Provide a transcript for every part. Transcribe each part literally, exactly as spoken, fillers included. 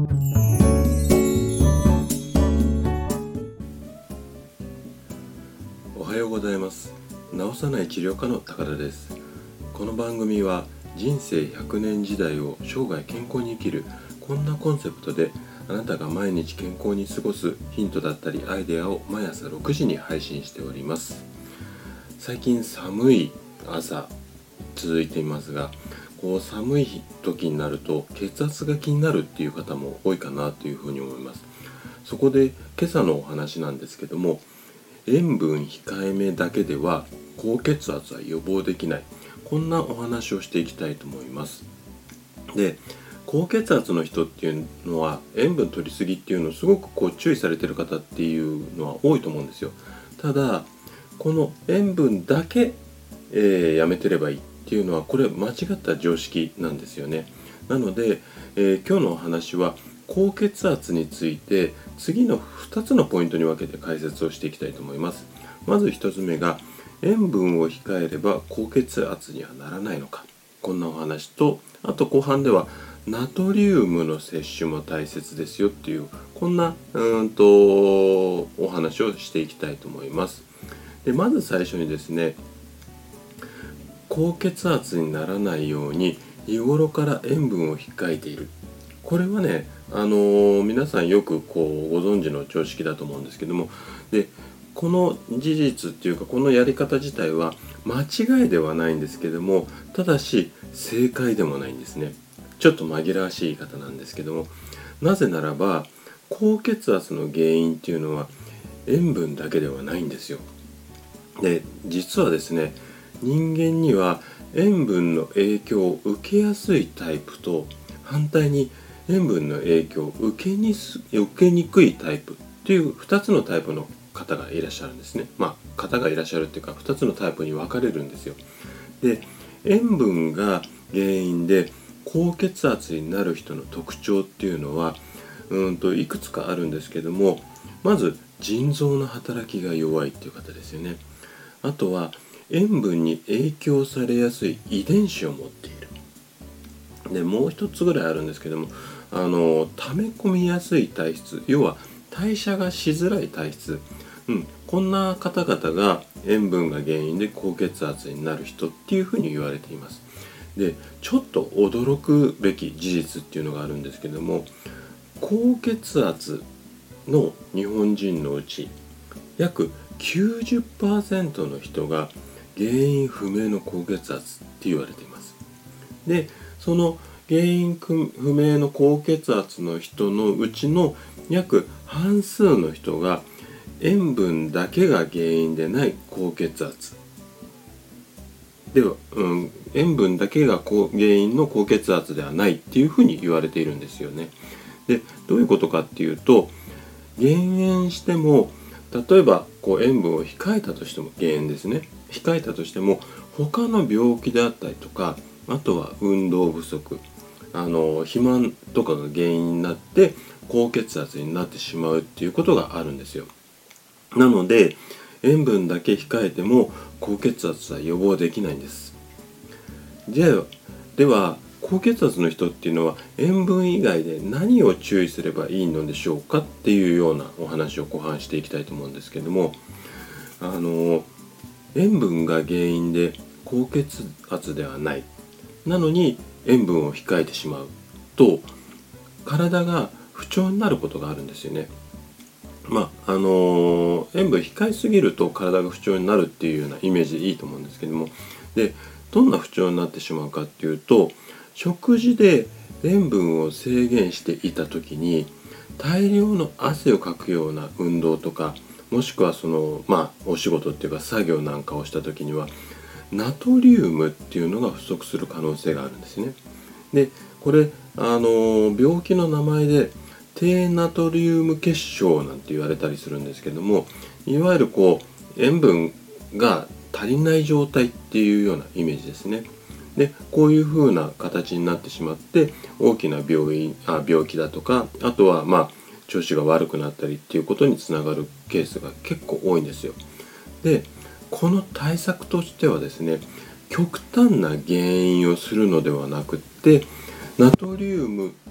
おはようございます。治さない治療科の高田です。この番組は人生ひゃくねん時代を生涯健康に生きる、こんなコンセプトであなたが毎日健康に過ごすヒントだったりアイデアを毎朝ろくじに配信しております。最近寒い朝続いていますが、こう寒い時になると血圧が気になるっていう方も多いかなというふうに思います。そこで今朝のお話なんですけども、塩分控えめだけでは高血圧は予防できない、こんなお話をしていきたいと思います。で、高血圧の人っていうのは塩分取りすぎっていうのをすごくこう注意されている方っていうのは多いと思うんですよ。ただこの塩分だけ、えー、やめてればいいっていうのはこれ間違った常識なんですよね。なので、えー、今日のお話は高血圧について次のふたつのポイントに分けて解説をしていきたいと思います。まずひとつめが、塩分を控えれば高血圧にはならないのか、こんなお話と、あと後半ではナトリウムの摂取も大切ですよっていう、こんなうーんとお話をしていきたいと思います。で、まず最初にですね、高血圧にならないように日頃から塩分を控えている、これはね、あのー、皆さんよくこうご存知の常識だと思うんですけども、でこの事実っていうかこのやり方自体は間違いではないんですけども、ただし正解でもないんですね。ちょっと紛らわしい言い方なんですけども、なぜならば高血圧の原因っていうのは塩分だけではないんですよ。で、実はですね、人間には塩分の影響を受けやすいタイプと、反対に塩分の影響を受けにす受けにくいタイプっていうふたつのタイプの方がいらっしゃるんですね。まあ方がいらっしゃるっていうかふたつのタイプに分かれるんですよ。で、塩分が原因で高血圧になる人の特徴っていうのはうんといくつかあるんですけども、まず腎臓の働きが弱いっていう方ですよね。あとは塩分に影響されやすい遺伝子を持っている。で、もう一つぐらいあるんですけども、あの溜め込みやすい体質、要は代謝がしづらい体質、うん、こんな方々が塩分が原因で高血圧になる人っていうふうに言われています。で、ちょっと驚くべき事実っていうのがあるんですけども、高血圧の日本人のうち約 きゅうじゅっパーセント の人が原因不明の高血圧って言われています。で、その原因不明の高血圧の人のうちの約半数の人が塩分だけが原因でない高血圧では、うん、塩分だけが原因の高血圧ではないっていうふうに言われているんですよね。で、どういうことかっていうと、減塩しても、例えばこう塩分を控えたとしても、減塩ですね、控えたとしても他の病気であったりとか、あとは運動不足、あの肥満とかが原因になって高血圧になってしまうっていうことがあるんですよ。なので塩分だけ控えても高血圧は予防できないんです。じゃあでは高血圧の人っていうのは塩分以外で何を注意すればいいのでしょうかっていうようなお話を後半していきたいと思うんですけども、あの塩分が原因で高血圧ではない、なのに塩分を控えてしまうと体が不調になることがあるんですよね。まああの塩分控えすぎると体が不調になるっていうようなイメージでいいと思うんですけども、でどんな不調になってしまうかっていうと、食事で塩分を制限していた時に大量の汗をかくような運動とか、もしくはそのまあお仕事っていうか作業なんかをした時にはナトリウムっていうのが不足する可能性があるんですね。で、これあの病気の名前で低ナトリウム血症なんて言われたりするんですけども、いわゆるこう塩分が足りない状態っていうようなイメージですね。で、こういう風な形になってしまって大きな病院あ病気だとか、あとはまあ調子が悪くなったりっていうことにつながるケースが結構多いんですよ。で、この対策としてはですね、極端な減塩をするのではなくってナトリウム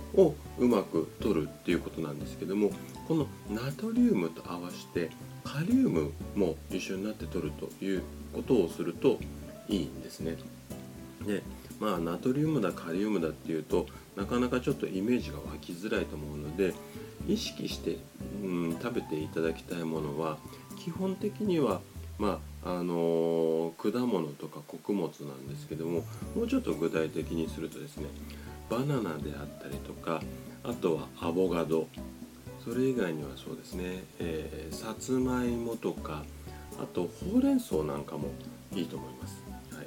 をうまく取るっていうことなんですけども、このナトリウムと合わせてカリウムも一緒になって取るということをするといいんですね。でまあナトリウムだカリウムだっていうとなかなかちょっとイメージが湧きづらいと思うので、意識して、うん、食べていただきたいものは基本的にはまああのー果物とか穀物なんですけども、もうちょっと具体的にするとですね、バナナであったりとか、あとはアボカド、それ以外にはそうですね、えー、さつまいもとか、あとほうれん草なんかもいいと思います。はい、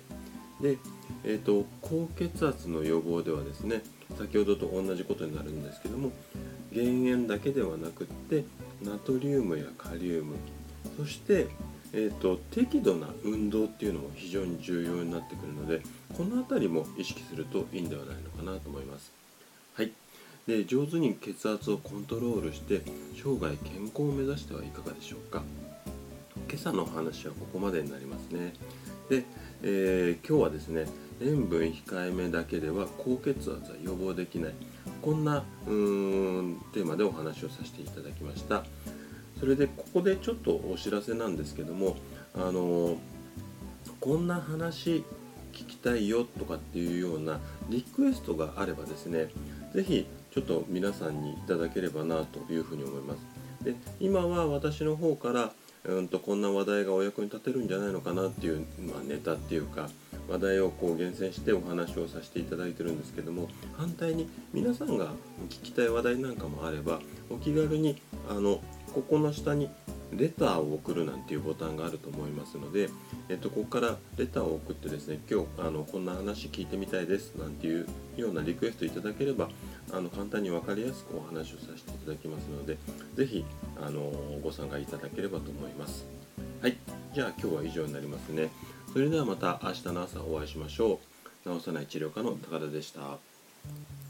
で、えーと、高血圧の予防ではですね、先ほどと同じことになるんですけども、減塩だけではなくってナトリウムやカリウム、そして、えーと、適度な運動っていうのも非常に重要になってくるので、この辺りも意識するといいんではないのかなと思います。はい。で、上手に血圧をコントロールして生涯健康を目指してはいかがでしょうか。今朝の話はここまでになりますね。で、えー今日はですね、塩分控えめだけでは高血圧は予防できない、こんなうーんテーマでお話をさせていただきました。それでここでちょっとお知らせなんですけども、あのこんな話聞きたいよとかっていうようなリクエストがあればですね、ぜひちょっと皆さんにいただければなというふうに思います。で、今は私の方からうんとこんな話題がお役に立てるんじゃないのかなっていう、まあ、ネタっていうか話題をこう厳選してお話をさせていただいてるんですけども、反対に皆さんが聞きたい話題なんかもあればお気軽にあのここの下にレターを送るなんていうボタンがあると思いますので、えっと、ここからレターを送ってですね、今日あのこんな話聞いてみたいですなんていうようなリクエストいただければ、あの簡単に分かりやすくお話をさせていただきますので、ぜひあのご参加いただければと思います。はい、じゃあ今日は以上になりますね。それではまた明日の朝お会いしましょう。治さない治療科の高田でした。